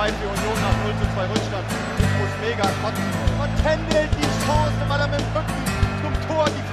2 für Union nach 0:2 Rückstand. Ich muss mega kotzen. Und Kendall die Chance, weil er mit dem Rücken zum Tor die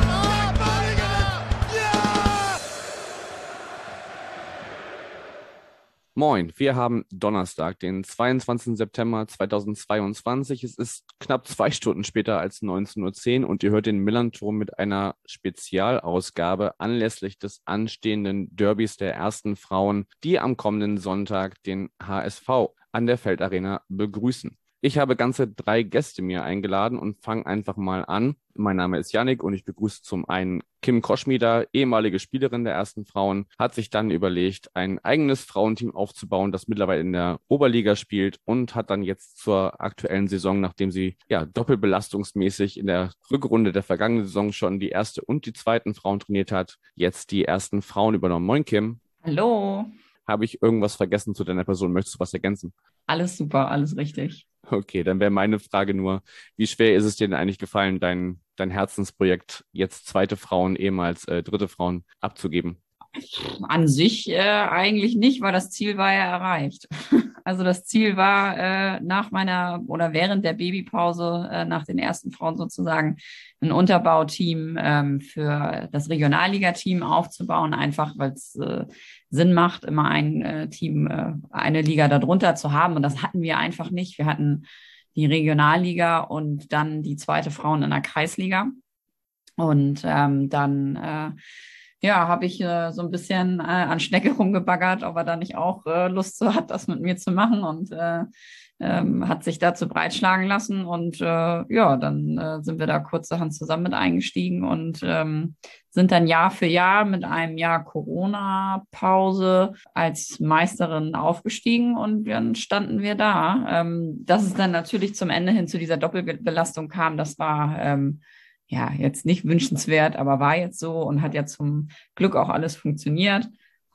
Moin, wir haben Donnerstag, den 22. September 2022. Es ist knapp 2 Stunden später als 19:10 Uhr und ihr hört den Millern-Turm mit einer Spezialausgabe anlässlich des anstehenden Derbys der ersten Frauen, die am kommenden Sonntag den HSV an der Feldarena begrüßen. Ich habe ganze 3 Gäste mir eingeladen und fange einfach mal an. Mein Name ist Yannick und ich begrüße zum einen Kim Koschmieder, ehemalige Spielerin der ersten Frauen, hat sich dann überlegt, ein eigenes Frauenteam aufzubauen, das mittlerweile in der Oberliga spielt und hat dann jetzt zur aktuellen Saison, nachdem sie ja doppelbelastungsmäßig in der Rückrunde der vergangenen Saison schon die erste und die zweiten Frauen trainiert hat, jetzt die ersten Frauen übernommen. Moin Kim. Hallo. Habe ich irgendwas vergessen zu deiner Person? Möchtest du was ergänzen? Alles super, alles richtig. Okay, dann wäre meine Frage nur, wie schwer ist es dir denn eigentlich gefallen, dein Herzensprojekt, jetzt zweite Frauen, ehemals dritte Frauen, abzugeben? An sich eigentlich nicht, weil das Ziel war ja erreicht. Also das Ziel war nach meiner oder während der Babypause nach den ersten Frauen sozusagen ein Unterbauteam für das Regionalliga-Team aufzubauen, einfach weil es Sinn macht, immer ein Team, eine Liga darunter zu haben. Und das hatten wir einfach nicht. Wir hatten die Regionalliga und dann die zweite Frauen in der Kreisliga. Und dann ja, habe ich so ein bisschen an Schnecke rumgebaggert, ob er da nicht auch Lust so hat, das mit mir zu machen und hat sich dazu breitschlagen lassen und ja, dann sind wir da kurzerhand zusammen mit eingestiegen und sind dann Jahr für Jahr mit einem Jahr Corona-Pause als Meisterin aufgestiegen und dann standen wir da. Dass es dann natürlich zum Ende hin zu dieser Doppelbelastung kam, das war ja, jetzt nicht wünschenswert, aber war jetzt so und hat ja zum Glück auch alles funktioniert.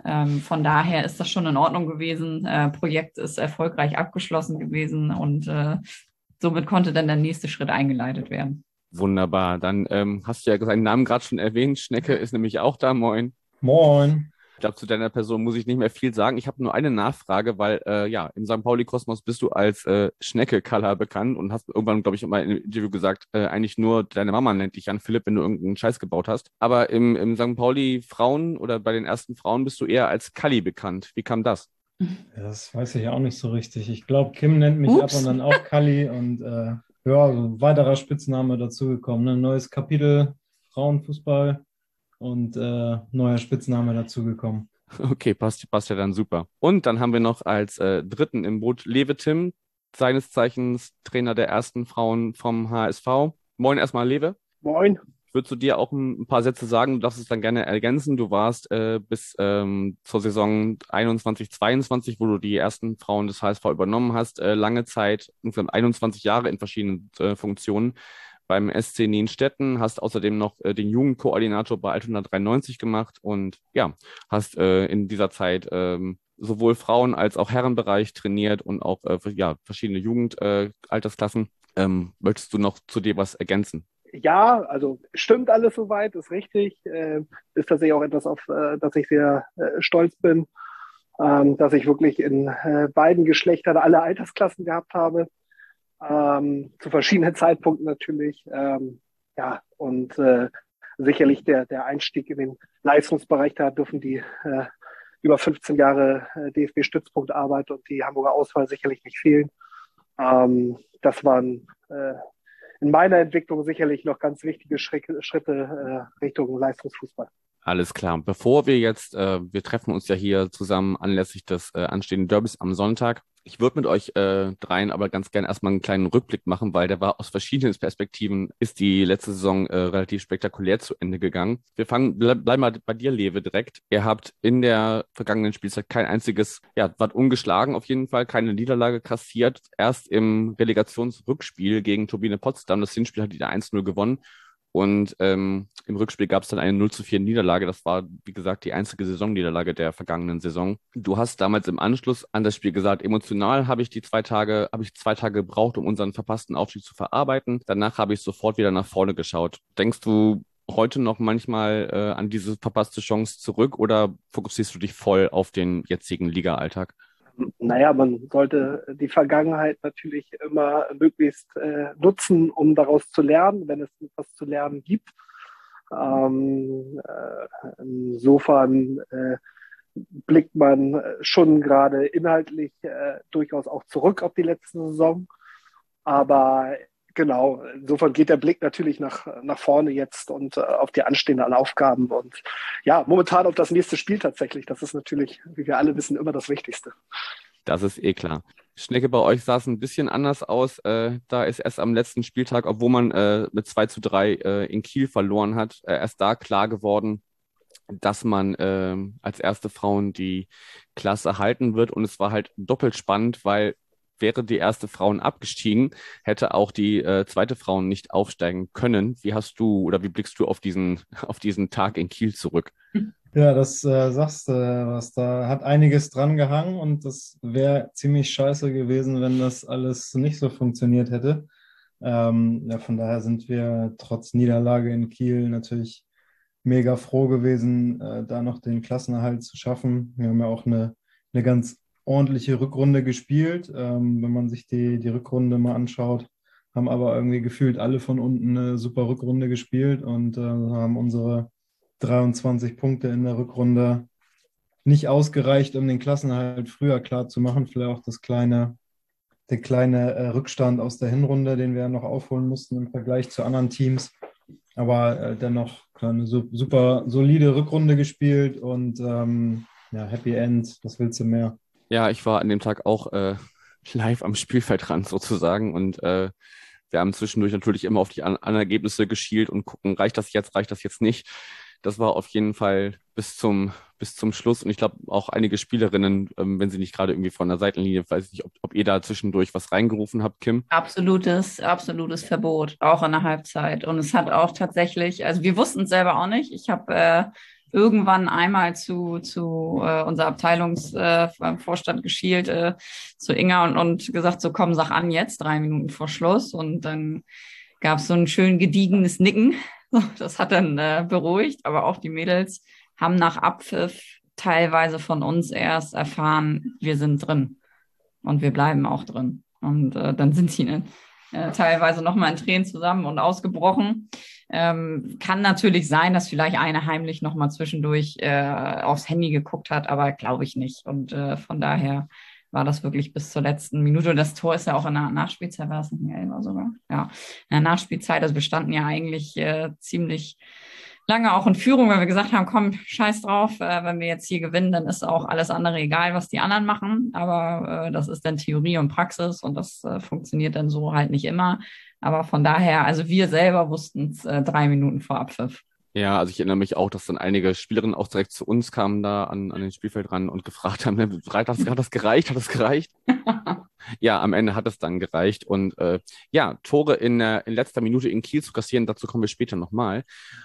Von daher ist das schon in Ordnung gewesen. Projekt ist erfolgreich abgeschlossen gewesen und somit konnte dann der nächste Schritt eingeleitet werden. Wunderbar, dann hast du ja seinen Namen gerade schon erwähnt. Schnecke ist nämlich auch da. Moin. Moin. Ich glaube, zu deiner Person muss ich nicht mehr viel sagen. Ich habe nur eine Nachfrage, weil ja, im St. Pauli-Kosmos bist du als Schnecke-Color bekannt und hast irgendwann, glaube ich, mal in einem Interview gesagt, eigentlich nur deine Mama nennt dich Jan Philipp, wenn du irgendeinen Scheiß gebaut hast. Aber im St. Pauli-Frauen oder bei den ersten Frauen bist du eher als Kalli bekannt. Wie kam das? Ja, das weiß ich auch nicht so richtig. Ich glaube, Kim nennt mich ab und an auch Kalli und ja, so ein weiterer Spitzname dazugekommen. Ne? Neues Kapitel Frauenfußball. Und neuer Spitzname dazugekommen. Okay, passt ja dann super. Und dann haben wir noch als dritten im Boot Lewe Tim, seines Zeichens Trainer der ersten Frauen vom HSV. Moin erstmal, Lewe. Moin. Würdest du dir auch ein paar Sätze sagen? Du darfst es dann gerne ergänzen. Du warst bis zur Saison 21/22, wo du die ersten Frauen des HSV übernommen hast, lange Zeit, insgesamt 21 Jahre in verschiedenen Funktionen beim SC Nienstetten, hast außerdem noch den Jugendkoordinator bei Altona 93 gemacht und ja, hast in dieser Zeit sowohl Frauen- als auch Herrenbereich trainiert und auch ja, verschiedene Jugendaltersklassen. Möchtest du noch zu dir was ergänzen? Ja, also stimmt alles soweit, ist richtig. Ist tatsächlich auch etwas, auf das ich sehr stolz bin, dass ich wirklich in beiden Geschlechtern alle Altersklassen gehabt habe. Zu verschiedenen Zeitpunkten natürlich. Ja, und sicherlich der Einstieg in den Leistungsbereich, da dürfen die über 15 Jahre DFB-Stützpunktarbeit und die Hamburger Auswahl sicherlich nicht fehlen. Das waren in meiner Entwicklung sicherlich noch ganz wichtige Schritte Richtung Leistungsfußball. Alles klar. Bevor wir jetzt, wir treffen uns ja hier zusammen anlässlich des anstehenden Derbys am Sonntag. Ich würde mit euch dreien aber ganz gerne erstmal einen kleinen Rückblick machen, weil der war aus verschiedenen Perspektiven, ist die letzte Saison relativ spektakulär zu Ende gegangen. Wir bleiben mal bei dir, Lewe, direkt. Ihr habt in der vergangenen Spielzeit kein einziges, ja, wart ungeschlagen auf jeden Fall, keine Niederlage kassiert. Erst im Relegationsrückspiel gegen Turbine Potsdam, das Hinspiel hat ihr 1:0 gewonnen. Und im Rückspiel gab es dann eine 0:4 Niederlage. Das war, wie gesagt, die einzige Saisonniederlage der vergangenen Saison. Du hast damals im Anschluss an das Spiel gesagt, emotional habe ich 2 Tage gebraucht, um unseren verpassten Aufstieg zu verarbeiten. Danach habe ich sofort wieder nach vorne geschaut. Denkst du heute noch manchmal an diese verpasste Chance zurück oder fokussierst du dich voll auf den jetzigen Liga-Alltag? Naja, man sollte die Vergangenheit natürlich immer möglichst nutzen, um daraus zu lernen, wenn es etwas zu lernen gibt. Insofern blickt man schon gerade inhaltlich durchaus auch zurück auf die letzte Saison. Aber genau, insofern geht der Blick natürlich nach vorne jetzt und auf die anstehenden Aufgaben und ja, momentan auf das nächste Spiel tatsächlich. Das ist natürlich, wie wir alle wissen, immer das Wichtigste. Das ist eh klar. Schnecke, bei euch sah es ein bisschen anders aus. Da ist erst am letzten Spieltag, obwohl man mit 2:3 in Kiel verloren hat, erst da klar geworden, dass man als erste Frauen die Klasse halten wird. Und es war halt doppelt spannend, weil wäre die erste Frauen abgestiegen, hätte auch die zweite Frauen nicht aufsteigen können. Wie hast du oder wie blickst du auf diesen Tag in Kiel zurück? Ja, das sagst du, was da hat einiges dran gehangen und das wäre ziemlich scheiße gewesen, wenn das alles nicht so funktioniert hätte. Ja, von daher sind wir trotz Niederlage in Kiel natürlich mega froh gewesen, da noch den Klassenerhalt zu schaffen. Wir haben ja auch eine ganz ordentliche Rückrunde gespielt. Wenn man sich die Rückrunde mal anschaut, haben aber irgendwie gefühlt alle von unten eine super Rückrunde gespielt und haben unsere 23 Punkte in der Rückrunde nicht ausgereicht, um den Klassenerhalt früher klar zu machen. Vielleicht auch der kleine Rückstand aus der Hinrunde, den wir noch aufholen mussten im Vergleich zu anderen Teams. Aber dennoch eine super solide Rückrunde gespielt und ja, Happy End, was willst du mehr? Ja, ich war an dem Tag auch live am Spielfeldrand sozusagen und wir haben zwischendurch natürlich immer auf die anderen Ergebnisse geschielt und gucken, reicht das jetzt nicht. Das war auf jeden Fall bis zum Schluss. Und ich glaube auch einige Spielerinnen, wenn sie nicht gerade irgendwie von der Seitenlinie, weiß ich nicht, ob ihr da zwischendurch was reingerufen habt, Kim? Absolutes Verbot, auch in der Halbzeit. Und es hat auch tatsächlich, also wir wussten es selber auch nicht. Ich habe irgendwann einmal zu unser Abteilungsvorstand geschielt, zu Inga und gesagt, so komm, sag an jetzt, 3 Minuten vor Schluss. Und dann gab es so ein schön gediegenes Nicken. Das hat dann beruhigt, aber auch die Mädels haben nach Abpfiff teilweise von uns erst erfahren, wir sind drin und wir bleiben auch drin. Und dann sind sie teilweise nochmal in Tränen zusammen und ausgebrochen. Kann natürlich sein, dass vielleicht eine heimlich nochmal zwischendurch aufs Handy geguckt hat, aber glaube ich nicht. Und von daher war das wirklich bis zur letzten Minute. Und das Tor ist ja auch in der Nachspielzeit, war es nicht mehr 11 sogar? Ja, in der Nachspielzeit, also wir standen ja eigentlich ziemlich lange auch in Führung, weil wir gesagt haben, komm, scheiß drauf, wenn wir jetzt hier gewinnen, dann ist auch alles andere egal, was die anderen machen. Aber das ist dann Theorie und Praxis und das funktioniert dann so halt nicht immer. Aber von daher, also wir selber wussten es 3 Minuten vor Abpfiff. Ja, also ich erinnere mich auch, dass dann einige Spielerinnen auch direkt zu uns kamen da an den Spielfeld ran und gefragt haben, hat das gereicht? Hat das gereicht? Ja, am Ende hat es dann gereicht. Und ja, Tore in letzter Minute in Kiel zu kassieren, dazu kommen wir später nochmal.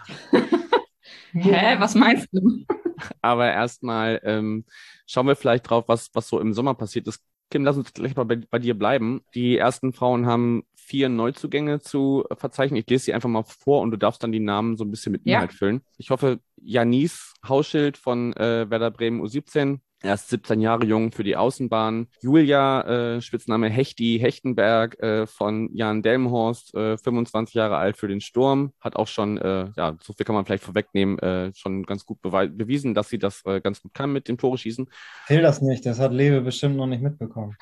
Hä, was meinst du? Aber erstmal schauen wir vielleicht drauf, was so im Sommer passiert ist. Kim, lass uns gleich mal bei dir bleiben. Die ersten Frauen haben 4 Neuzugänge zu verzeichnen. Ich lese sie einfach mal vor und du darfst dann die Namen so ein bisschen mit Inhalt füllen. Ich hoffe, Janice Hauschild von Werder Bremen U17, erst 17 Jahre jung für die Außenbahn. Julia, Spitzname Hechti Hechtenberg von Jan Delmenhorst, 25 Jahre alt für den Sturm. Hat auch schon, ja, so viel kann man vielleicht vorwegnehmen, schon ganz gut bewiesen, dass sie das ganz gut kann mit dem Tore schießen. Erzähl das nicht, das hat Lewe bestimmt noch nicht mitbekommen.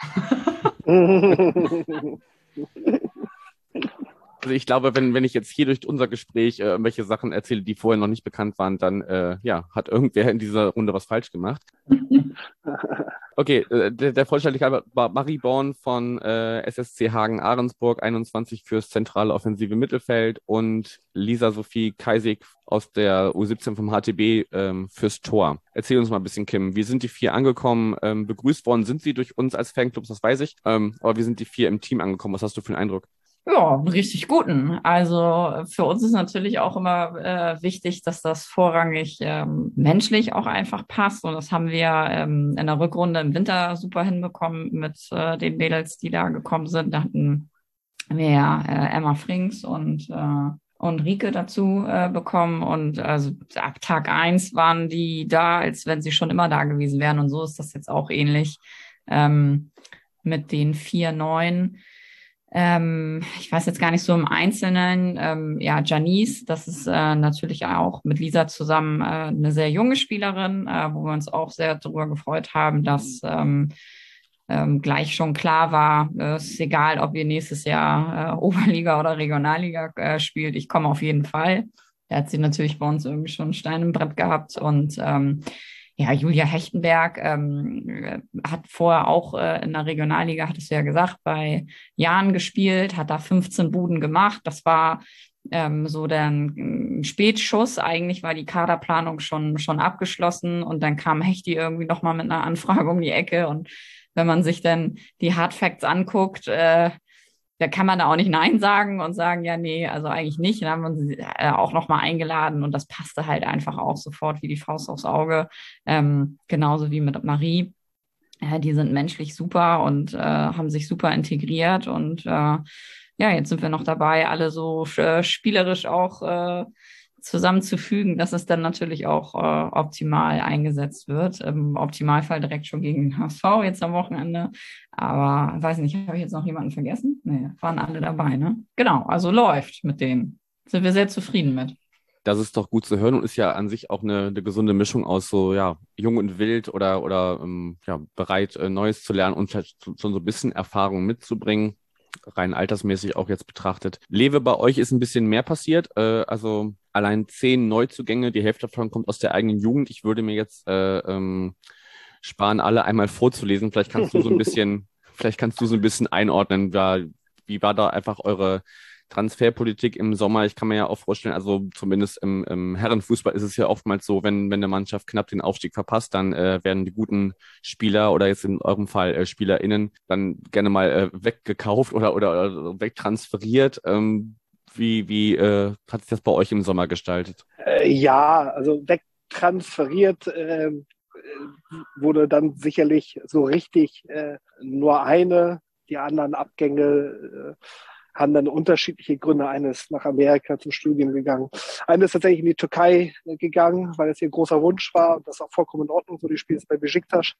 Also ich glaube, wenn ich jetzt hier durch unser Gespräch irgendwelche Sachen erzähle, die vorher noch nicht bekannt waren, dann ja, hat irgendwer in dieser Runde was falsch gemacht. Okay, der Vollständigkeit war Marie Born von SSC Hagen-Ahrensburg, 21 fürs zentrale offensive Mittelfeld und Lisa Sophie Kaisig aus der U17 vom HTB fürs Tor. Erzähl uns mal ein bisschen, Kim, wie sind die 4 angekommen? Begrüßt worden sind sie durch uns als Fanclubs, das weiß ich, aber wie sind die 4 im Team angekommen? Was hast du für einen Eindruck? Ja, einen richtig guten. Also für uns ist natürlich auch immer wichtig, dass das vorrangig menschlich auch einfach passt. Und das haben wir in der Rückrunde im Winter super hinbekommen mit den Mädels, die da gekommen sind. Da hatten wir ja Emma Frings und Rike dazu bekommen. Und also ab Tag 1 waren die da, als wenn sie schon immer da gewesen wären. Und so ist das jetzt auch ähnlich. mit den 4-9. Ich weiß jetzt gar nicht so im Einzelnen. Ja, Janice, das ist natürlich auch mit Lisa zusammen eine sehr junge Spielerin, wo wir uns auch sehr darüber gefreut haben, dass gleich schon klar war, es ist egal, ob ihr nächstes Jahr Oberliga oder Regionalliga spielt, ich komme auf jeden Fall. Da hat sie natürlich bei uns irgendwie schon einen Stein im Brett gehabt. Und ja, Julia Hechtenberg hat vorher auch in der Regionalliga, hattest du ja gesagt, bei Jahn gespielt, hat da 15 Buden gemacht. Das war so ein Spätschuss. Eigentlich war die Kaderplanung schon abgeschlossen und dann kam Hechti irgendwie nochmal mit einer Anfrage um die Ecke. Und wenn man sich dann die Hard Facts anguckt, da kann man da auch nicht Nein sagen und sagen, ja, nee, also eigentlich nicht. Dann haben wir sie auch nochmal eingeladen und das passte halt einfach auch sofort wie die Faust aufs Auge. Genauso wie mit Marie. Die sind menschlich super und haben sich super integriert und ja, jetzt sind wir noch dabei, alle so spielerisch auch zusammenzufügen, dass es dann natürlich auch optimal eingesetzt wird. Im Optimalfall direkt schon gegen den HSV jetzt am Wochenende. Aber weiß nicht, habe ich jetzt noch jemanden vergessen? Nee, waren alle dabei, ne? Genau, also läuft mit denen. Sind wir sehr zufrieden mit. Das ist doch gut zu hören und ist ja an sich auch eine gesunde Mischung aus so, ja, jung und wild oder ja, bereit, Neues zu lernen und vielleicht schon so ein bisschen Erfahrung mitzubringen, rein altersmäßig auch jetzt betrachtet. Lewe, bei euch ist ein bisschen mehr passiert, also allein 10 Neuzugänge, die Hälfte davon kommt aus der eigenen Jugend. Ich würde mir jetzt sparen, alle einmal vorzulesen. Vielleicht kannst du so ein bisschen einordnen, wie war da einfach eure Transferpolitik im Sommer? Ich kann mir ja auch vorstellen, also zumindest im Herrenfußball ist es ja oftmals so, wenn eine Mannschaft knapp den Aufstieg verpasst, dann werden die guten Spieler oder jetzt in eurem Fall SpielerInnen dann gerne mal weggekauft oder wegtransferiert. Wie hat sich das bei euch im Sommer gestaltet? Ja, also wegtransferiert wurde dann sicherlich so richtig nur eine. Die anderen Abgänge haben dann unterschiedliche Gründe. Eine ist nach Amerika zum Studium gegangen. Eine ist tatsächlich in die Türkei gegangen, weil es ihr großer Wunsch war. Und das ist auch vollkommen in Ordnung. So, die spielt jetzt bei Besiktas.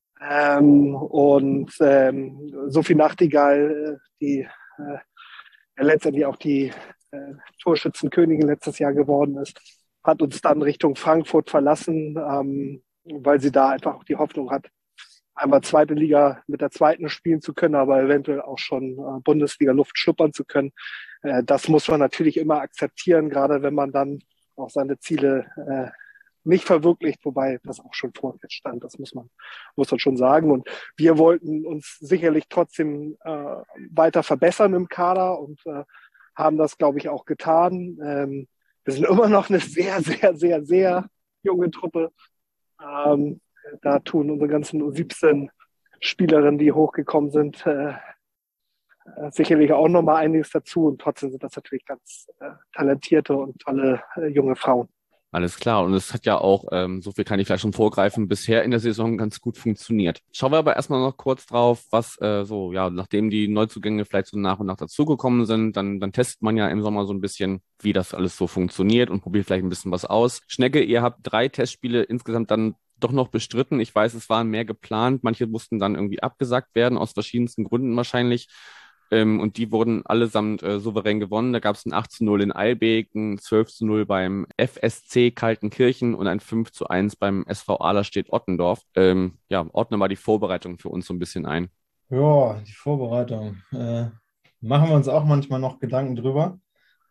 Sophie Nachtigall, die letztendlich auch die Torschützenkönigin letztes Jahr geworden ist, hat uns dann Richtung Frankfurt verlassen, weil sie da einfach auch die Hoffnung hat, einmal zweite Liga mit der zweiten spielen zu können, aber eventuell auch schon Bundesliga Luft schnuppern zu können. Das muss man natürlich immer akzeptieren, gerade wenn man dann auch seine Ziele nicht verwirklicht, wobei das auch schon vorher stand, das muss man schon sagen. Und wir wollten uns sicherlich trotzdem weiter verbessern im Kader und haben das, glaube ich, auch getan. Wir sind immer noch eine sehr, sehr, sehr, sehr junge Truppe. Da tun unsere ganzen U17-Spielerinnen, die hochgekommen sind, sicherlich auch nochmal einiges dazu. Und trotzdem sind das natürlich ganz talentierte und tolle junge Frauen. Alles klar. Und es hat ja auch, so viel kann ich vielleicht schon vorgreifen, bisher in der Saison ganz gut funktioniert. Schauen wir aber erstmal noch kurz drauf, was nachdem die Neuzugänge vielleicht so nach und nach dazugekommen sind, dann testet man ja im Sommer so ein bisschen, wie das alles so funktioniert und probiert vielleicht ein bisschen was aus. Schnecke, ihr habt 3 Testspiele insgesamt dann doch noch bestritten. Ich weiß, es waren mehr geplant. Manche mussten dann irgendwie abgesagt werden, aus verschiedensten Gründen wahrscheinlich. Und die wurden allesamt souverän gewonnen. Da gab es ein 8:0 in Eilbek, ein 12:0 beim FSC Kaltenkirchen und ein 5:1 beim SV Ahlerstedt Ottendorf. Ordne mal die Vorbereitung für uns so ein bisschen ein. Ja, die Vorbereitung. Machen wir uns auch manchmal noch Gedanken drüber.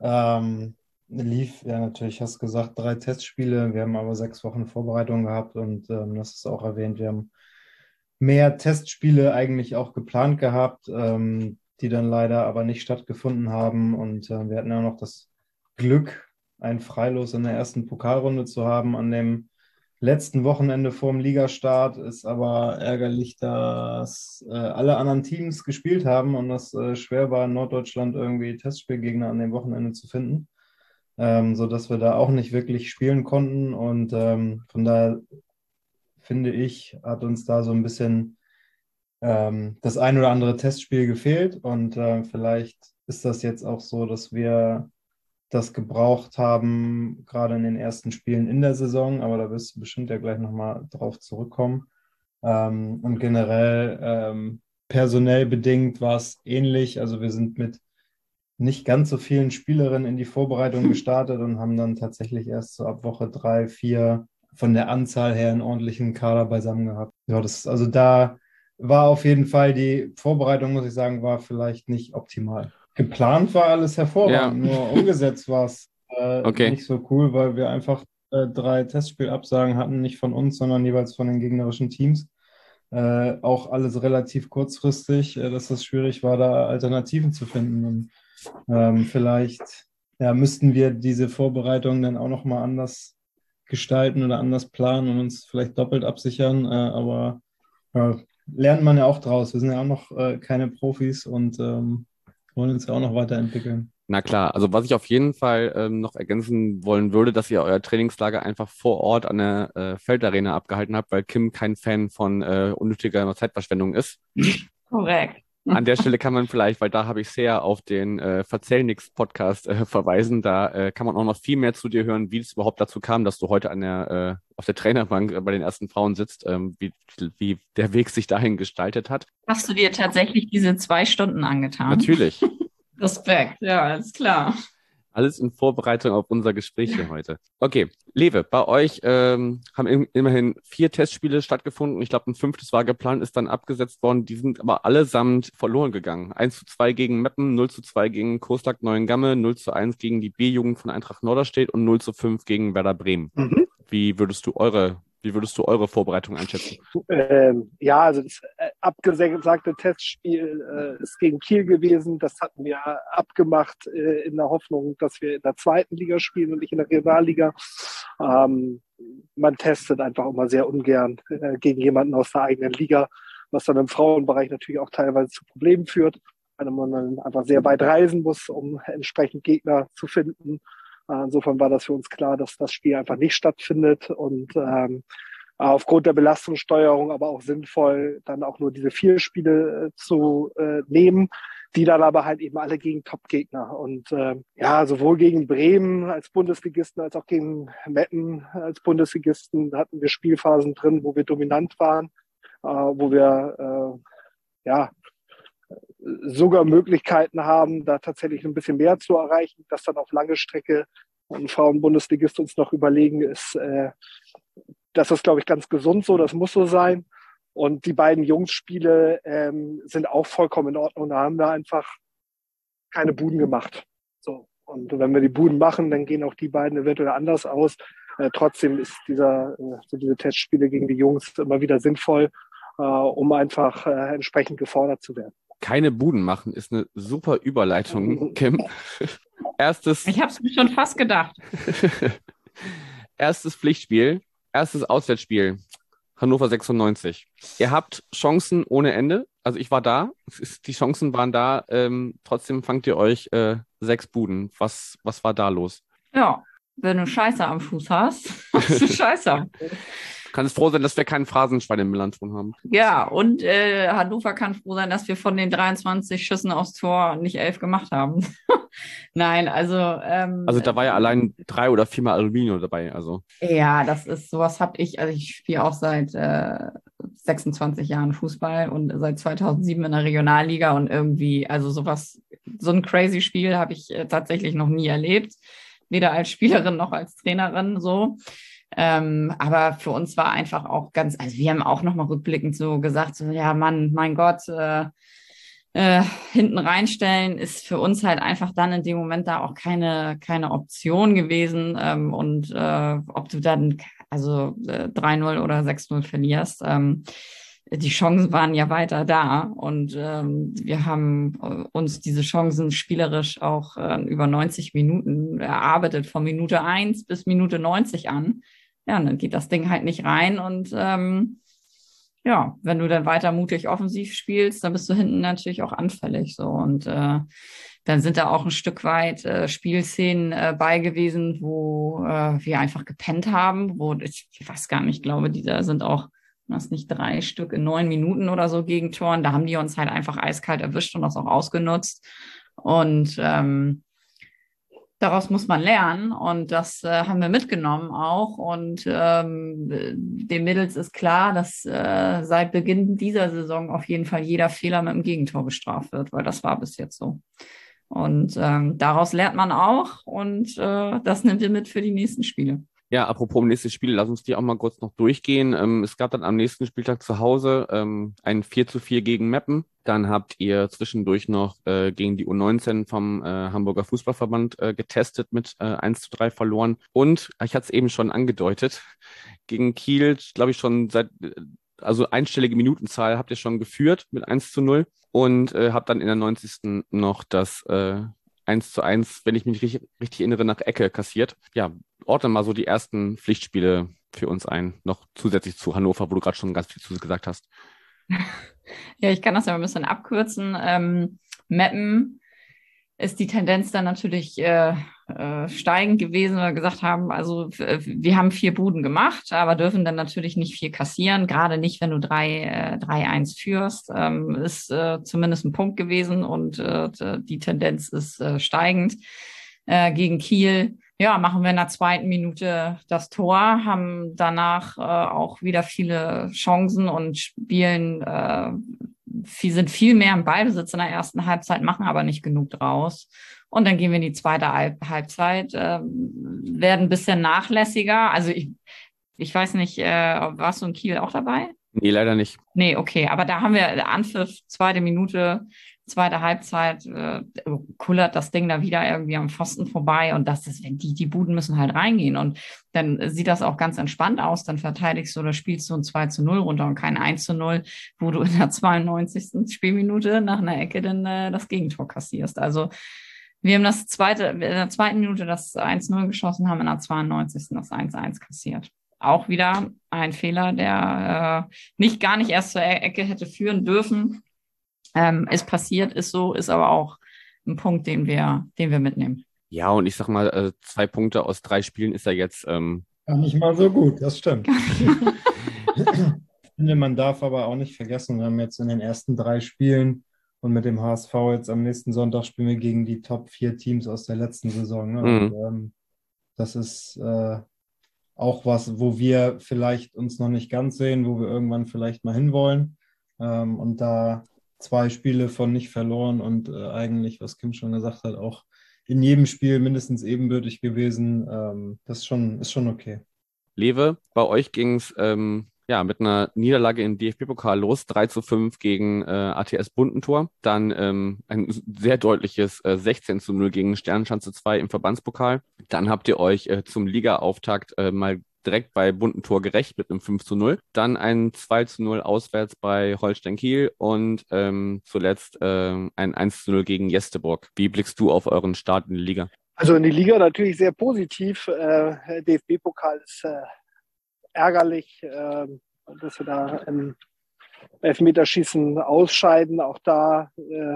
Lief, ja natürlich, hast gesagt, 3 Testspiele. Wir haben aber 6 Wochen Vorbereitung gehabt und das ist auch erwähnt. Wir haben mehr Testspiele eigentlich auch geplant gehabt, die dann leider aber nicht stattgefunden haben. Und wir hatten ja noch das Glück, ein Freilos in der ersten Pokalrunde zu haben an dem letzten Wochenende vor dem Ligastart. Ist aber ärgerlich, dass alle anderen Teams gespielt haben und das schwer war, in Norddeutschland irgendwie Testspielgegner an dem Wochenende zu finden, sodass wir da auch nicht wirklich spielen konnten. Und von daher finde ich, hat uns da so ein bisschen das ein oder andere Testspiel gefehlt und vielleicht ist das jetzt auch so, dass wir das gebraucht haben, gerade in den ersten Spielen in der Saison, aber da wirst du bestimmt ja gleich nochmal drauf zurückkommen. Und generell personell bedingt war es ähnlich. Also wir sind mit nicht ganz so vielen Spielerinnen in die Vorbereitung gestartet und haben dann tatsächlich erst so ab Woche 3, 4 von der Anzahl her einen ordentlichen Kader beisammen gehabt. Ja, also da war auf jeden Fall die Vorbereitung, muss ich sagen, war vielleicht nicht optimal. Geplant war alles hervorragend, nur umgesetzt war es nicht so cool, weil wir einfach 3 Testspielabsagen hatten, nicht von uns, sondern jeweils von den gegnerischen Teams. Auch alles relativ kurzfristig, dass es schwierig war, da Alternativen zu finden. Und vielleicht müssten wir diese Vorbereitung dann auch nochmal anders gestalten oder anders planen und uns vielleicht doppelt absichern. Aber lernt man ja auch draus. Wir sind ja auch noch keine Profis und wollen uns ja auch noch weiterentwickeln. Na klar, also was ich auf jeden Fall noch ergänzen wollen würde, dass ihr euer Trainingslager einfach vor Ort an der Feldarena abgehalten habt, weil Kim kein Fan von unnötiger Zeitverschwendung ist. Korrekt. An der Stelle kann man vielleicht, weil da habe ich sehr auf den Verzähl nix Podcast verweisen, da kann man auch noch viel mehr zu dir hören, wie es überhaupt dazu kam, dass du heute auf der Trainerbank bei den ersten Frauen sitzt, wie der Weg sich dahin gestaltet hat. Hast du dir tatsächlich diese 2 Stunden angetan? Natürlich. Respekt, ja, alles klar. Alles in Vorbereitung auf unser Gespräch hier heute. Okay, Lewe, bei euch haben immerhin 4 Testspiele stattgefunden. Ich glaube, ein 5. war geplant, ist dann abgesetzt worden. Die sind aber allesamt verloren gegangen. 1:2 gegen Meppen, 0:2 gegen Coestak Neuengamme, 0:1 gegen die B-Jugend von Eintracht Norderstedt und 0:5 gegen Werder Bremen. Wie würdest du eure Vorbereitung einschätzen? Also das abgesagte Testspiel ist gegen Kiel gewesen. Das hatten wir abgemacht in der Hoffnung, dass wir in der 2. Liga spielen und nicht in der Regionalliga. Man testet einfach immer sehr ungern gegen jemanden aus der eigenen Liga, was dann im Frauenbereich natürlich auch teilweise zu Problemen führt, weil man dann einfach sehr weit reisen muss, um entsprechend Gegner zu finden. Insofern war das für uns klar, dass das Spiel einfach nicht stattfindet und aufgrund der Belastungssteuerung aber auch sinnvoll, dann auch nur diese 4 Spiele zu nehmen, die dann aber halt eben alle gegen Top-Gegner. Und sowohl gegen Bremen als Bundesligisten als auch gegen Meppen als Bundesligisten hatten wir Spielphasen drin, wo wir dominant waren, wo wir sogar Möglichkeiten haben, da tatsächlich ein bisschen mehr zu erreichen, dass dann auf lange Strecke ein Frauen-Bundesligist uns noch überlegen ist. Das ist, glaube ich, ganz gesund so, das muss so sein. Und die beiden Jungsspiele sind auch vollkommen in Ordnung. Da haben wir einfach keine Buden gemacht. So. Und wenn wir die Buden machen, dann gehen auch die beiden eventuell anders aus. Trotzdem ist diese Testspiele gegen die Jungs immer wieder sinnvoll, um einfach entsprechend gefordert zu werden. Keine Buden machen ist eine super Überleitung, Kim. Ich habe es mir schon fast gedacht. Erstes Pflichtspiel, erstes Auswärtsspiel, Hannover 96. Ihr habt Chancen ohne Ende. Also ich war da, die Chancen waren da. Trotzdem fangt ihr euch 6 Buden. Was war da los? Ja, wenn du Scheiße am Fuß hast, hast du Scheiße. Du kannst froh sein, dass wir keinen Phrasenschwein im Melanchthon haben. Ja, und Hannover kann froh sein, dass wir von den 23 Schüssen aufs Tor nicht 11 gemacht haben. Nein, also... also da war ja allein 3 oder 4 Mal Aluminium dabei. Also. Ja, sowas habe ich, also ich spiele auch seit 26 Jahren Fußball und seit 2007 in der Regionalliga und irgendwie, also so ein crazy Spiel habe ich tatsächlich noch nie erlebt. Weder als Spielerin noch als Trainerin so. Aber für uns war einfach auch also wir haben auch nochmal rückblickend so gesagt, so, ja Mann, mein Gott, hinten reinstellen ist für uns halt einfach dann in dem Moment da auch keine Option gewesen. Und ob du dann 3-0 oder 6-0 verlierst, die Chancen waren ja weiter da und wir haben uns diese Chancen spielerisch auch über 90 Minuten erarbeitet, von Minute 1 bis Minute 90 an. Ja, und dann geht das Ding halt nicht rein und wenn du dann weiter mutig offensiv spielst, dann bist du hinten natürlich auch anfällig so und dann sind da auch ein Stück weit Spielszenen bei gewesen, wo wir einfach gepennt haben, ich weiß gar nicht, ich glaube, da sind auch das nicht 3 Stück in 9 Minuten oder so Gegentoren. Da haben die uns halt einfach eiskalt erwischt und das auch ausgenutzt. Und Daraus muss man lernen und das haben wir mitgenommen auch. Und den Mädels ist klar, dass seit Beginn dieser Saison auf jeden Fall jeder Fehler mit dem Gegentor bestraft wird, weil das war bis jetzt so. Und daraus lernt man auch und das nimmt ihr mit für die nächsten Spiele. Ja, apropos nächstes Spiel, lass uns die auch mal kurz noch durchgehen. Es gab dann am nächsten Spieltag zu Hause ein 4:4 gegen Meppen. Dann habt ihr zwischendurch noch gegen die U19 vom Hamburger Fußballverband getestet mit 1:3 verloren. Und, ich hatte es eben schon angedeutet, gegen Kiel, glaube ich, schon also einstellige Minutenzahl habt ihr schon geführt mit 1:0 und habt dann in der 90. noch das 1:1, wenn ich mich richtig erinnere, nach Ecke kassiert. Ja, ordne mal so die ersten Pflichtspiele für uns ein, noch zusätzlich zu Hannover, wo du gerade schon ganz viel zu gesagt hast. Ja, ich kann das ja ein bisschen abkürzen. Meppen ist die Tendenz dann natürlich steigend gewesen, weil wir gesagt haben, also wir haben 4 Buden gemacht, aber dürfen dann natürlich nicht 4 kassieren, gerade nicht, wenn du 3-1 führst, ist zumindest ein Punkt gewesen und die Tendenz ist steigend. Gegen Kiel, ja, machen wir in der 2. Minute das Tor, haben danach auch wieder viele Chancen und spielen sind viel mehr im Ballbesitz in der ersten Halbzeit, machen aber nicht genug draus. Und dann gehen wir in die zweite Halbzeit, werden ein bisschen nachlässiger. Also ich weiß nicht, warst du in Kiel auch dabei? Nee, leider nicht. Nee, okay. Aber da haben wir Anpfiff, 2. Minute, zweite Halbzeit, kullert das Ding da wieder irgendwie am Pfosten vorbei. Und das ist, wenn die Buden müssen halt reingehen. Und dann sieht das auch ganz entspannt aus. Dann verteidigst du oder spielst du ein 2:0 runter und kein 1:0, wo du in der 92. Spielminute nach einer Ecke dann das Gegentor kassierst. Also wir haben in der 2. Minute das 1:0 geschossen, haben in der 92. das 1:1 kassiert. Auch wieder ein Fehler, der gar nicht erst zur Ecke hätte führen dürfen. Ist passiert, ist so, ist aber auch ein Punkt, den wir mitnehmen. Ja, und ich sag mal, 2 Punkte aus 3 Spielen ist ja jetzt Gar nicht mal so gut, das stimmt. Ich finde, man darf aber auch nicht vergessen, wir haben jetzt in den ersten 3 Spielen und mit dem HSV jetzt am nächsten Sonntag spielen wir gegen die Top 4 Teams aus der letzten Saison. Ne? Mhm. Und, das ist auch was, wo wir vielleicht uns noch nicht ganz sehen, wo wir irgendwann vielleicht mal hinwollen. Und da 2 Spiele von nicht verloren und eigentlich, was Kim schon gesagt hat, auch in jedem Spiel mindestens ebenbürtig gewesen. Das ist schon okay. Lewe, bei euch ging es mit einer Niederlage im DFB-Pokal los, 3:5 gegen ATS Bundentor. Dann ein sehr deutliches 16:0 gegen Sternschanze 2 im Verbandspokal. Dann habt ihr euch zum Liga-Auftakt mal direkt bei Bundentor gerecht mit einem 5:0. Dann ein 2:0 auswärts bei Holstein Kiel und zuletzt ein 1:0 gegen Jesteburg. Wie blickst du auf euren Start in die Liga? Also in die Liga natürlich sehr positiv. DFB-Pokal ist ärgerlich, dass wir da im Elfmeterschießen ausscheiden. Auch da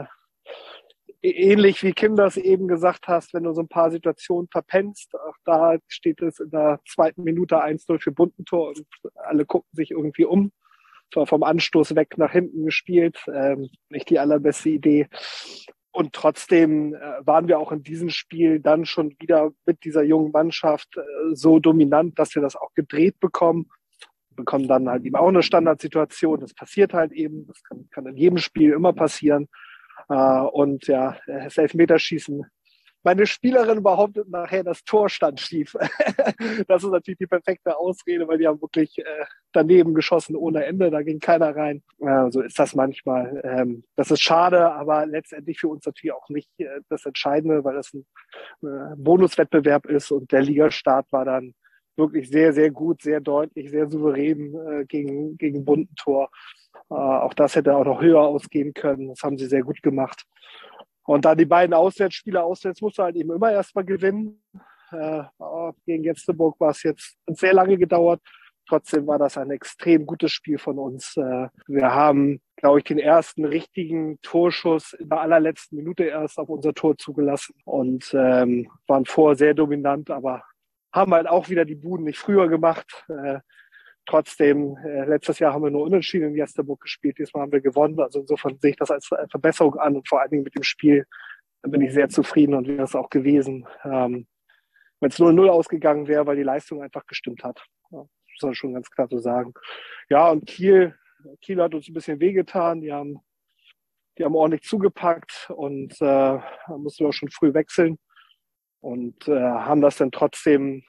ähnlich wie Kim das eben gesagt hast, wenn du so ein paar Situationen verpennst, auch da steht es in der 2. Minute 1:0 für Bundentor und alle gucken sich irgendwie um. Zwar vom Anstoß weg nach hinten gespielt, nicht die allerbeste Idee. Und trotzdem waren wir auch in diesem Spiel dann schon wieder mit dieser jungen Mannschaft so dominant, dass wir das auch gedreht bekommen. Wir bekommen dann halt eben auch eine Standardsituation. Das passiert halt eben. Das kann in jedem Spiel immer passieren. Und ja, das Elfmeterschießen. Meine Spielerin behauptet nachher, das Tor stand schief. Das ist natürlich die perfekte Ausrede, weil die haben wirklich daneben geschossen ohne Ende. Da ging keiner rein. So ist das manchmal. Das ist schade, aber letztendlich für uns natürlich auch nicht das Entscheidende, weil das ein Bonuswettbewerb ist und der Ligastart war dann wirklich sehr, sehr gut, sehr deutlich, sehr souverän gegen Bundentor. Auch das hätte auch noch höher ausgehen können. Das haben sie sehr gut gemacht. Und dann die beiden Auswärtsspiele. Auswärts musst du halt eben immer erstmal gewinnen. Gegen Jesteburg war es jetzt sehr lange gedauert. Trotzdem war das ein extrem gutes Spiel von uns. Wir haben, glaube ich, den ersten richtigen Torschuss in der allerletzten Minute erst auf unser Tor zugelassen und waren vorher sehr dominant, aber haben halt auch wieder die Buden nicht früher gemacht. Trotzdem, letztes Jahr haben wir nur unentschieden in Jesteburg gespielt, diesmal haben wir gewonnen. Also insofern sehe ich das als Verbesserung an und vor allen Dingen mit dem Spiel Da bin ich sehr zufrieden und wäre es auch gewesen, wenn es 0-0 ausgegangen wäre, weil die Leistung einfach gestimmt hat. Ja, das muss man schon ganz klar so sagen. Ja, und Kiel hat uns ein bisschen wehgetan. Die haben ordentlich zugepackt und da mussten wir auch schon früh wechseln und haben das dann trotzdem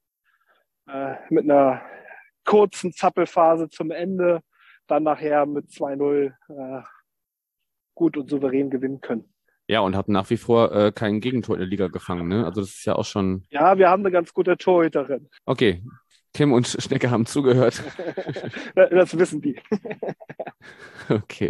mit einer kurzen Zappelphase zum Ende dann nachher mit 2-0 gut und souverän gewinnen können. Ja, und habt nach wie vor kein Gegentor in der Liga gefangen, ne? Also das ist ja auch schon... Ja, wir haben eine ganz gute Torhüterin. Okay, Kim und Schnecke haben zugehört. Das wissen die. Okay.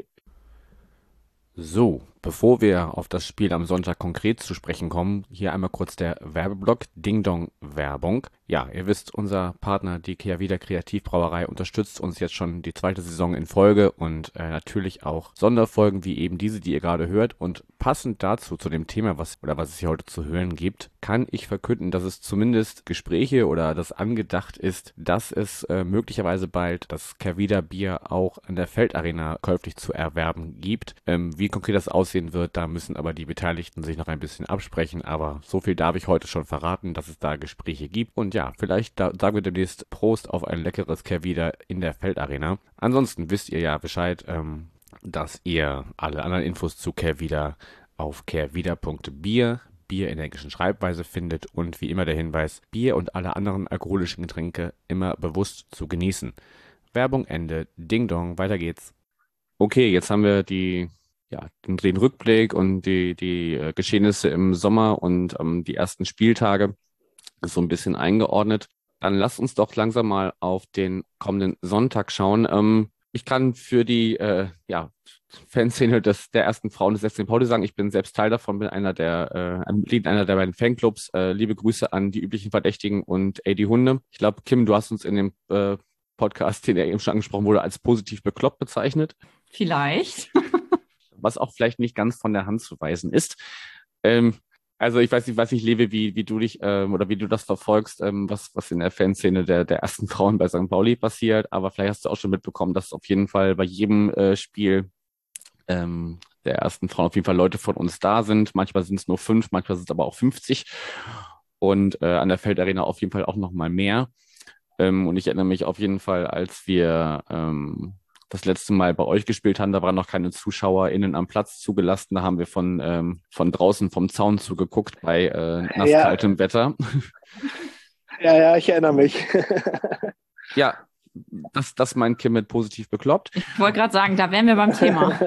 So, bevor wir auf das Spiel am Sonntag konkret zu sprechen kommen, hier einmal kurz der Werbeblock Ding Dong Werbung. Ja, ihr wisst, unser Partner, die Kehrwieder Kreativbrauerei, unterstützt uns jetzt schon die 2. Saison in Folge und natürlich auch Sonderfolgen wie eben diese, die ihr gerade hört. Und passend dazu, zu dem Thema, was es hier heute zu hören gibt, kann ich verkünden, dass es zumindest Gespräche oder das angedacht ist, dass es möglicherweise bald das Kehrwieder Bier auch in der Feldarena käuflich zu erwerben gibt. Wie konkret das aussehen wird, da müssen aber die Beteiligten sich noch ein bisschen absprechen, aber so viel darf ich heute schon verraten, dass es da Gespräche gibt. Und ja, vielleicht sagen wir demnächst Prost auf ein leckeres Kehrwieder in der Feldarena. Ansonsten wisst ihr ja Bescheid, dass ihr alle anderen Infos zu Kehrwieder auf kehrwieder.bier, Bier in der englischen Schreibweise findet und wie immer der Hinweis, Bier und alle anderen alkoholischen Getränke immer bewusst zu genießen. Werbung Ende, Ding Dong, weiter geht's. Okay, jetzt haben wir den Rückblick und die Geschehnisse im Sommer und die ersten Spieltage so ein bisschen eingeordnet. Dann lasst uns doch langsam mal auf den kommenden Sonntag schauen. Ich kann für die Fanszene der ersten Frauen des FC Pauli sagen, ich bin selbst Teil davon, bin ein Mitglied einer der beiden Fanclubs. Liebe Grüße an die üblichen Verdächtigen und die Hunde. Ich glaube, Kim, du hast uns in dem Podcast, den eben schon angesprochen wurde, als positiv bekloppt bezeichnet. Vielleicht. Was auch vielleicht nicht ganz von der Hand zu weisen ist. Also ich weiß nicht, Lewe, wie du dich oder wie du das verfolgst, was in der Fanszene der ersten Frauen bei St. Pauli passiert, aber vielleicht hast du auch schon mitbekommen, dass auf jeden Fall bei jedem Spiel der ersten Frauen auf jeden Fall Leute von uns da sind. Manchmal sind es nur 5, manchmal sind es aber auch 50 und an der Feldarena auf jeden Fall auch noch mal mehr. Und ich erinnere mich auf jeden Fall, als wir das letzte Mal bei euch gespielt haben, da waren noch keine ZuschauerInnen am Platz zugelassen. Da haben wir von draußen vom Zaun zugeguckt bei nasskaltem Wetter. Ja, ich erinnere mich. Ja, das meint Kim mit positiv bekloppt. Ich wollte gerade sagen, da wären wir beim Thema.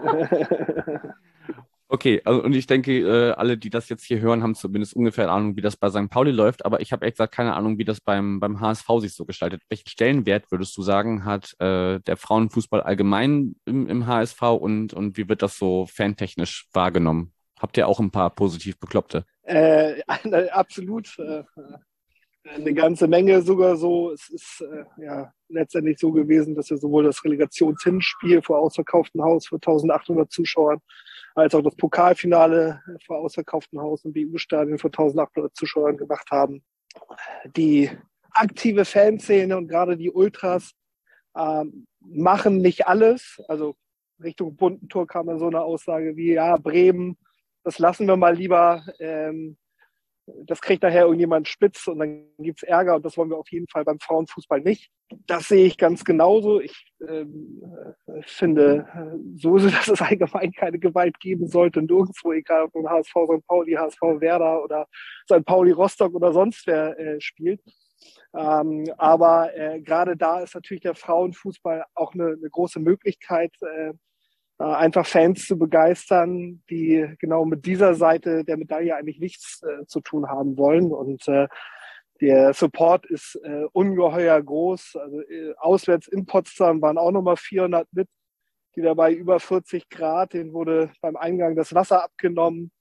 Okay, also und ich denke, alle, die das jetzt hier hören, haben zumindest ungefähr eine Ahnung, wie das bei St. Pauli läuft, aber ich habe ehrlich gesagt keine Ahnung, wie das beim HSV sich so gestaltet. Welchen Stellenwert, würdest du sagen, hat der Frauenfußball allgemein im HSV und wie wird das so fantechnisch wahrgenommen? Habt ihr auch ein paar positiv Bekloppte? Absolut. Eine ganze Menge sogar so. Es ist letztendlich so gewesen, dass wir sowohl das Relegationshinspiel vor ausverkauftem Haus vor 1800 Zuschauern als auch das Pokalfinale vor ausverkauftem Haus im BU-Stadion vor 1800 Zuschauern gemacht haben. Die aktive Fanszene und gerade die Ultras machen nicht alles. Also Richtung Buntentor kam dann so eine Aussage wie, ja, Bremen, das lassen wir mal lieber. Das kriegt nachher irgendjemand spitz und dann gibt es Ärger und das wollen wir auf jeden Fall beim Frauenfußball nicht. Das sehe ich ganz genauso. Ich finde sowieso, dass es allgemein keine Gewalt geben sollte, nirgendwo, egal ob im HSV St. Pauli, HSV Werder oder St. Pauli Rostock oder sonst wer spielt. Aber gerade da ist natürlich der Frauenfußball auch eine große Möglichkeit, einfach Fans zu begeistern, die genau mit dieser Seite der Medaille eigentlich nichts zu tun haben wollen. Und der Support ist ungeheuer groß. Also auswärts in Potsdam waren auch nochmal 400 mit, die dabei über 40 Grad, denen wurde beim Eingang das Wasser abgenommen.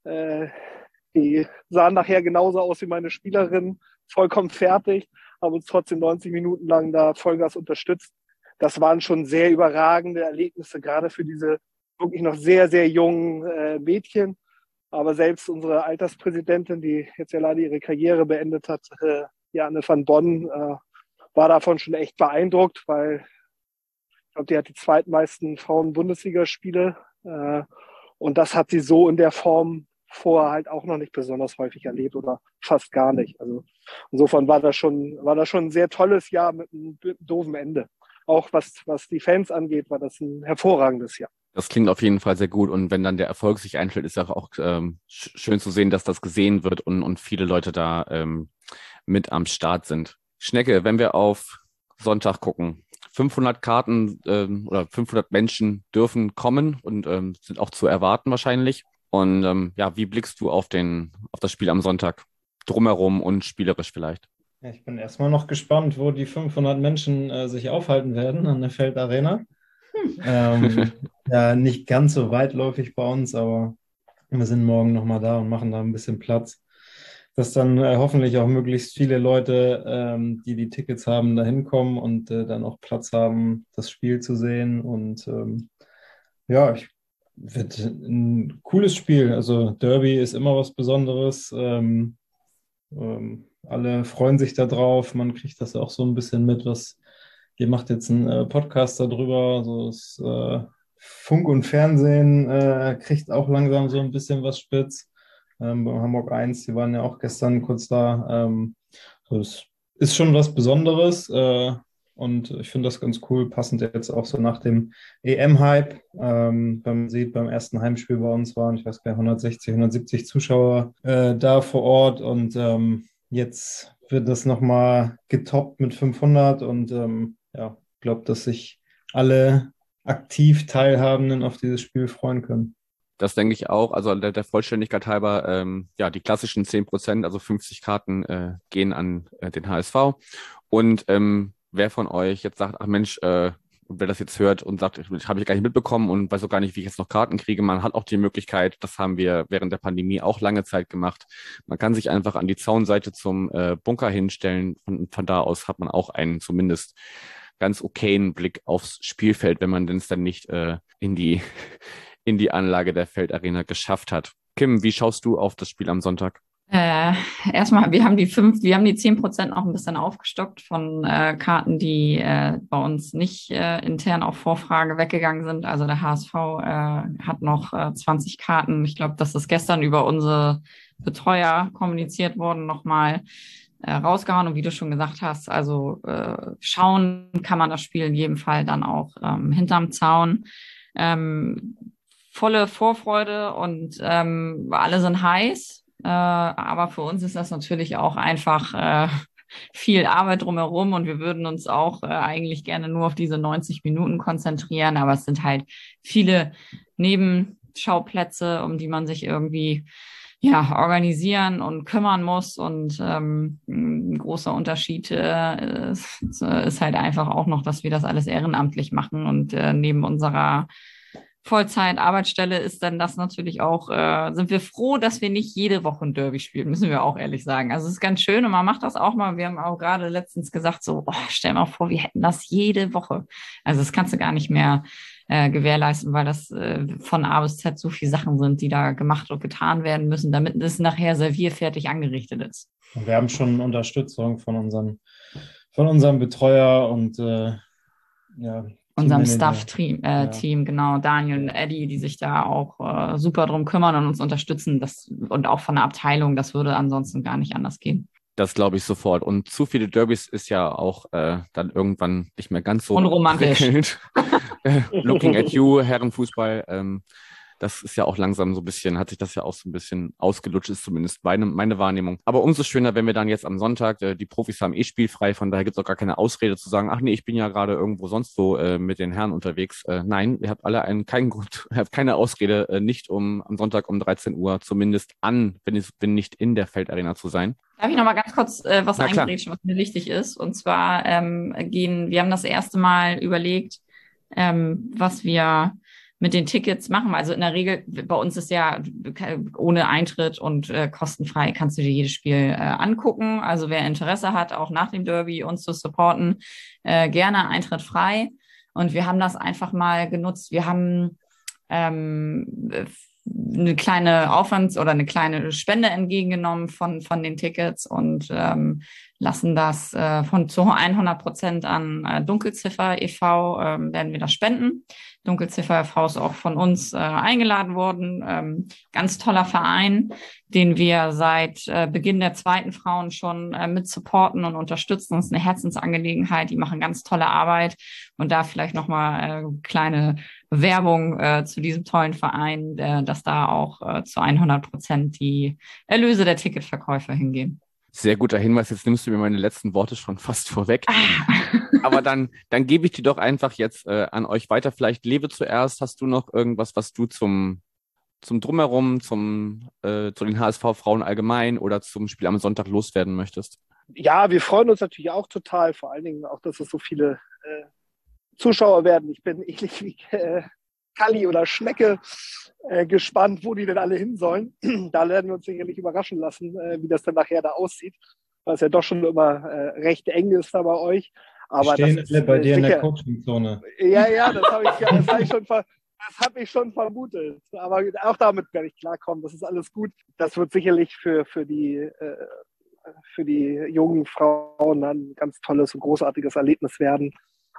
Die sahen nachher genauso aus wie meine Spielerin, vollkommen fertig, haben uns trotzdem 90 Minuten lang da Vollgas unterstützt. Das waren schon sehr überragende Erlebnisse, gerade für diese wirklich noch sehr, sehr jungen Mädchen. Aber selbst unsere Alterspräsidentin, die jetzt ja leider ihre Karriere beendet hat, Janne van Bonn, war davon schon echt beeindruckt, weil ich glaube, die hat die zweitmeisten Frauen-Bundesligaspiele Und das hat sie so in der Form vorher halt auch noch nicht besonders häufig erlebt oder fast gar nicht. Also insofern war das schon ein sehr tolles Jahr mit einem doofen Ende. Auch was die Fans angeht, war das ein hervorragendes Jahr. Das klingt auf jeden Fall sehr gut. Und wenn dann der Erfolg sich einstellt, ist auch schön zu sehen, dass das gesehen wird und viele Leute da mit am Start sind. Schnecke, wenn wir auf Sonntag gucken, 500 Karten oder 500 Menschen dürfen kommen und sind auch zu erwarten wahrscheinlich. Und wie blickst du auf das Spiel am Sonntag? Drumherum und spielerisch vielleicht. Ja, ich bin erstmal noch gespannt, wo die 500 Menschen sich aufhalten werden an der Feldarena. Ja, nicht ganz so weitläufig bei uns, aber wir sind morgen nochmal da und machen da ein bisschen Platz, dass dann hoffentlich auch möglichst viele Leute, die Tickets haben, da hinkommen und dann auch Platz haben, das Spiel zu sehen. Und wird ein cooles Spiel. Also Derby ist immer was Besonderes. Alle freuen sich da drauf. Man kriegt das auch so ein bisschen mit, ihr macht jetzt einen Podcast darüber. So ist, Funk und Fernsehen kriegt auch langsam so ein bisschen was spitz. Bei Hamburg 1, die waren ja auch gestern kurz da. Das ist schon was Besonderes. Und ich finde das ganz cool, passend jetzt auch so nach dem EM-Hype. Man sieht, beim ersten Heimspiel bei uns waren, ich weiß gar nicht, 160, 170 Zuschauer da vor Ort. Und jetzt wird das nochmal getoppt mit 500. Und ich glaube, dass sich alle aktiv Teilhabenden auf dieses Spiel freuen können. Das denke ich auch. Also der Vollständigkeit halber, die klassischen 10%, also 50 Karten gehen an den HSV. Und wer von euch jetzt sagt, ach Mensch, wer das jetzt hört und sagt, habe ich gar nicht mitbekommen und weiß auch gar nicht, wie ich jetzt noch Karten kriege, man hat auch die Möglichkeit, das haben wir während der Pandemie auch lange Zeit gemacht, man kann sich einfach an die Zaunseite zum Bunker hinstellen. Von da aus hat man auch einen zumindest ganz okayen Blick aufs Spielfeld, wenn man es dann nicht in die Anlage der Feldarena geschafft hat. Kim, wie schaust du auf das Spiel am Sonntag? Erstmal, wir haben die 10% auch ein bisschen aufgestockt von Karten, die bei uns nicht intern auf Vorfrage weggegangen sind. Also der HSV hat noch 20 Karten. Ich glaube, das ist gestern über unsere Betreuer kommuniziert worden, nochmal rausgehauen. Und wie du schon gesagt hast, also schauen kann man das Spiel in jedem Fall dann auch hinterm Zaun. Volle Vorfreude und alle sind heiß. Aber für uns ist das natürlich auch einfach viel Arbeit drumherum und wir würden uns auch eigentlich gerne nur auf diese 90 Minuten konzentrieren. Aber es sind halt viele Nebenschauplätze, um die man sich irgendwie organisieren und kümmern muss. Und ein großer Unterschied ist halt einfach auch noch, dass wir das alles ehrenamtlich machen und neben unserer Vollzeit-Arbeitsstelle ist dann das natürlich auch, sind wir froh, dass wir nicht jede Woche ein Derby spielen, müssen wir auch ehrlich sagen. Also es ist ganz schön und man macht das auch mal. Wir haben auch gerade letztens gesagt, stell mal vor, wir hätten das jede Woche. Also das kannst du gar nicht mehr gewährleisten, weil das von A bis Z so viele Sachen sind, die da gemacht und getan werden müssen, damit es nachher servierfertig angerichtet ist. Und wir haben schon Unterstützung von unserem Betreuer und unserem Staff-Team, genau, Daniel und Eddie, die sich da auch super drum kümmern und uns unterstützen. Und auch von der Abteilung, das würde ansonsten gar nicht anders gehen. Das glaube ich sofort. Und zu viele Derbys ist ja auch dann irgendwann nicht mehr ganz so unromantisch. Looking at you, Herrenfußball, das ist ja auch langsam so ein bisschen, hat sich das ja auch so ein bisschen ausgelutscht, ist zumindest meine Wahrnehmung. Aber umso schöner, wenn wir dann jetzt am Sonntag, die Profis haben spielfrei, von daher gibt es auch gar keine Ausrede zu sagen, ach nee, ich bin ja gerade irgendwo sonst wo mit den Herren unterwegs. Nein, ihr habt alle keinen Grund, ihr habt keine Ausrede, nicht am Sonntag um 13 Uhr zumindest wenn nicht in der Feldarena zu sein. Darf ich noch mal ganz kurz was eingrätschen, was mir wichtig ist? Und zwar wir haben das erste Mal überlegt, was wir mit den Tickets machen. Also in der Regel, bei uns ist ja ohne Eintritt und kostenfrei kannst du dir jedes Spiel angucken. Also wer Interesse hat, auch nach dem Derby uns zu supporten, gerne Eintritt frei. Und wir haben das einfach mal genutzt. Wir haben eine kleine oder eine kleine Spende entgegengenommen von den Tickets und lassen das zu 100% an Dunkelziffer e.V. Werden wir das spenden. Dunkelziffer e.V. ist auch von uns eingeladen worden. Ganz toller Verein, den wir seit Beginn der zweiten Frauen schon mit supporten und unterstützen. Das ist eine Herzensangelegenheit. Die machen ganz tolle Arbeit. Und da vielleicht nochmal kleine Werbung zu diesem tollen Verein, dass da auch zu 100% die Erlöse der Ticketverkäufer hingehen. Sehr guter Hinweis, jetzt nimmst du mir meine letzten Worte schon fast vorweg. Aber dann gebe ich die doch einfach jetzt an euch weiter. Vielleicht Lewe zuerst. Hast du noch irgendwas, was du zum Drumherum, zu den HSV-Frauen allgemein oder zum Spiel am Sonntag loswerden möchtest? Ja, wir freuen uns natürlich auch total, vor allen Dingen auch, dass es so viele Zuschauer werden. Ich bin ähnlich wie Kalli oder Schnecke gespannt, wo die denn alle hin sollen. Da werden wir uns sicherlich überraschen lassen, wie das dann nachher da aussieht, weil es ja doch schon immer recht eng ist da bei euch. Aber stehen das alle ist bei dir in der sicher. Coaching-Zone. Ja, das habe ich schon vermutet. Aber auch damit werde ich klarkommen. Das ist alles gut. Das wird sicherlich für die jungen Frauen ein ganz tolles und großartiges Erlebnis werden.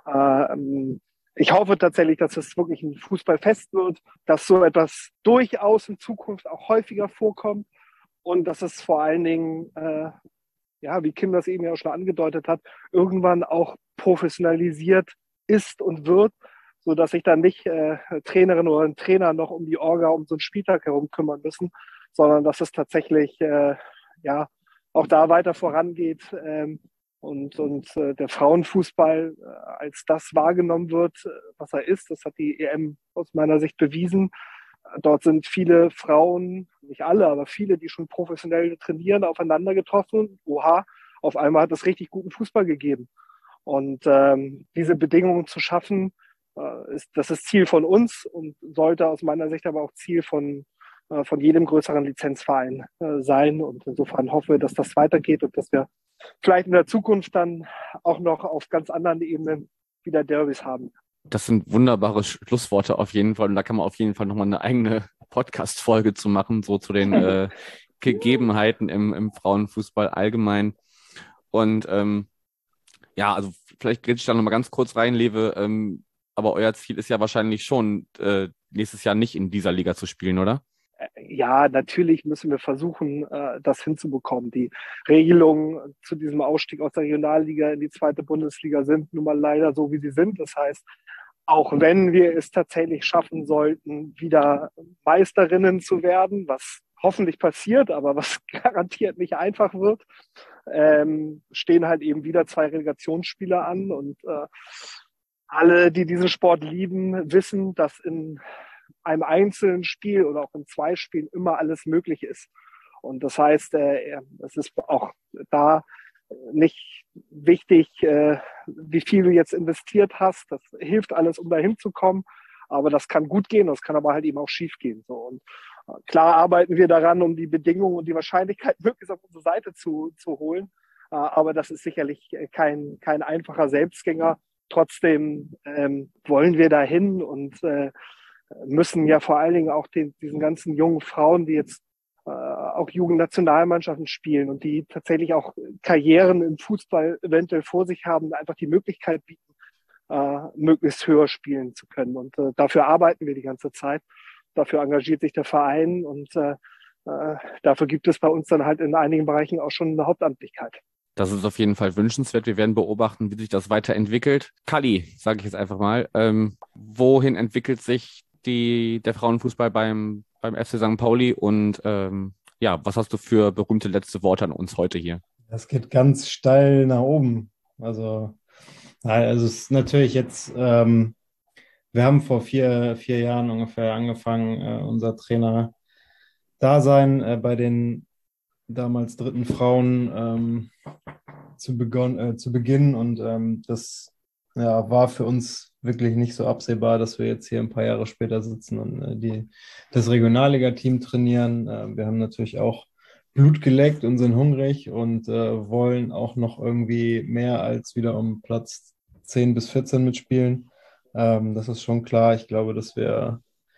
Ich hoffe tatsächlich, dass es wirklich ein Fußballfest wird, dass so etwas durchaus in Zukunft auch häufiger vorkommt und dass es vor allen Dingen, wie Kim das eben ja auch schon angedeutet hat, irgendwann auch professionalisiert ist und wird, sodass sich dann nicht Trainerin oder ein Trainer noch um die Orga, um so einen Spieltag herum kümmern müssen, sondern dass es tatsächlich auch da weiter vorangeht und der Frauenfußball als das wahrgenommen wird, was er ist. Das hat die EM aus meiner Sicht bewiesen. Dort sind viele Frauen, nicht alle, aber viele, die schon professionell trainieren, aufeinander getroffen. Oha, auf einmal hat es richtig guten Fußball gegeben. Und diese Bedingungen zu schaffen, das ist Ziel von uns und sollte aus meiner Sicht aber auch Ziel von jedem größeren Lizenzverein sein. Und insofern hoffen wir, dass das weitergeht und dass wir vielleicht in der Zukunft dann auch noch auf ganz anderen Ebenen wieder Derbys haben. Das sind wunderbare Schlussworte auf jeden Fall. Und da kann man auf jeden Fall nochmal eine eigene Podcast-Folge zu machen, so zu den Gegebenheiten im Frauenfußball allgemein. Und also vielleicht grätsch ich da nochmal ganz kurz rein, Lewe. Aber euer Ziel ist ja wahrscheinlich schon, nächstes Jahr nicht in dieser Liga zu spielen, oder? Ja, natürlich müssen wir versuchen, das hinzubekommen. Die Regelungen zu diesem Ausstieg aus der Regionalliga in die zweite Bundesliga sind nun mal leider so, wie sie sind. Das heißt, auch wenn wir es tatsächlich schaffen sollten, wieder Meisterinnen zu werden, was hoffentlich passiert, aber was garantiert nicht einfach wird, stehen halt eben wieder 2 Relegationsspiele an. Und alle, die diesen Sport lieben, wissen, dass in einem einzelnen Spiel oder auch in 2 Spielen immer alles möglich ist. Und das heißt, es ist auch da nicht wichtig, wie viel du jetzt investiert hast. Das hilft alles, um dahin zu kommen. Aber das kann gut gehen, das kann aber halt eben auch schief gehen. So. Und klar arbeiten wir daran, um die Bedingungen und die Wahrscheinlichkeit möglichst auf unsere Seite zu holen. Aber das ist sicherlich kein einfacher Selbstgänger. Trotzdem wollen wir dahin und müssen ja vor allen Dingen auch diesen ganzen jungen Frauen, die jetzt auch Jugendnationalmannschaften spielen und die tatsächlich auch Karrieren im Fußball eventuell vor sich haben, einfach die Möglichkeit bieten, möglichst höher spielen zu können. Und dafür arbeiten wir die ganze Zeit. Dafür engagiert sich der Verein und dafür gibt es bei uns dann halt in einigen Bereichen auch schon eine Hauptamtlichkeit. Das ist auf jeden Fall wünschenswert. Wir werden beobachten, wie sich das weiterentwickelt. Kalli, sage ich jetzt einfach mal, wohin entwickelt sich der Frauenfußball beim FC St. Pauli und was hast du für berühmte letzte Worte an uns heute hier? Das geht ganz steil nach oben. Also es ist natürlich jetzt, wir haben vor 4 Jahren ungefähr angefangen, unser Trainer-Dasein bei den damals 3. Frauen zu beginnen und das war für uns wirklich nicht so absehbar, dass wir jetzt hier ein paar Jahre später sitzen und das Regionalliga-Team trainieren. Wir haben natürlich auch Blut geleckt und sind hungrig und wollen auch noch irgendwie mehr als wieder um Platz 10 bis 14 mitspielen. Das ist schon klar. Ich glaube, dass wir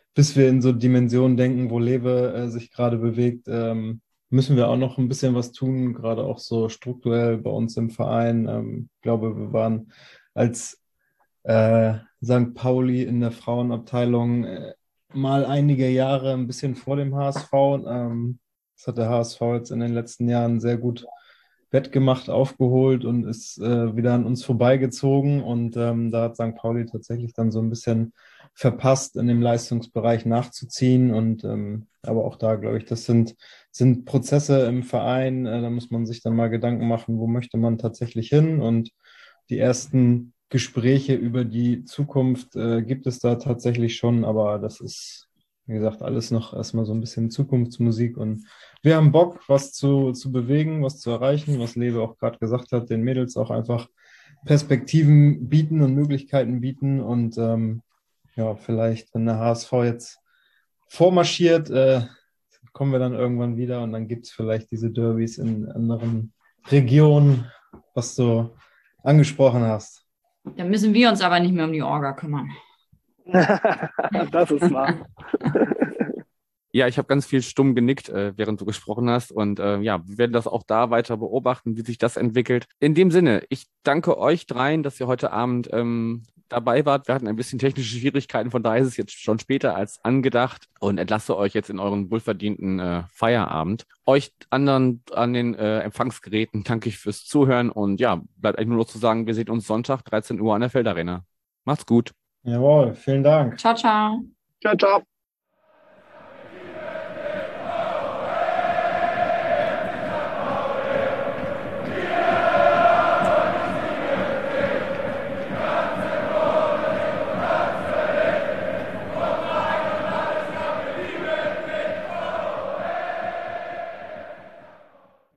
bis wir in so Dimensionen denken, wo Lewe sich gerade bewegt, müssen wir auch noch ein bisschen was tun, gerade auch so strukturell bei uns im Verein. Ich glaube, wir waren als St. Pauli in der Frauenabteilung mal einige Jahre ein bisschen vor dem HSV. Das hat der HSV jetzt in den letzten Jahren sehr gut wettgemacht, aufgeholt und ist wieder an uns vorbeigezogen. Und da hat St. Pauli tatsächlich dann so ein bisschen verpasst, in dem Leistungsbereich nachzuziehen. Und aber auch da, glaube ich, das sind Prozesse im Verein. Da muss man sich dann mal Gedanken machen, wo möchte man tatsächlich hin. Und die ersten Gespräche über die Zukunft gibt es da tatsächlich schon, aber das ist, wie gesagt, alles noch erstmal so ein bisschen Zukunftsmusik und wir haben Bock, was zu bewegen, was zu erreichen, was Lewe auch gerade gesagt hat, den Mädels auch einfach Perspektiven bieten und Möglichkeiten bieten und ja, vielleicht, wenn der HSV jetzt vormarschiert, kommen wir dann irgendwann wieder und dann gibt es vielleicht diese Derbys in anderen Regionen, was du angesprochen hast. Da müssen wir uns aber nicht mehr um die Orga kümmern. Das ist wahr. Ja, ich habe ganz viel stumm genickt, während du gesprochen hast. Und ja, wir werden das auch da weiter beobachten, wie sich das entwickelt. In dem Sinne, ich danke euch dreien, dass ihr heute Abend dabei wart. Wir hatten ein bisschen technische Schwierigkeiten, von daher ist es jetzt schon später als angedacht und entlasse euch jetzt in euren wohlverdienten Feierabend. Euch anderen an den Empfangsgeräten danke ich fürs Zuhören und ja, bleibt eigentlich nur noch zu sagen, wir sehen uns Sonntag, 13 Uhr an der Feldarena. Macht's gut. Jawohl, vielen Dank. Ciao, ciao. Ciao, ciao.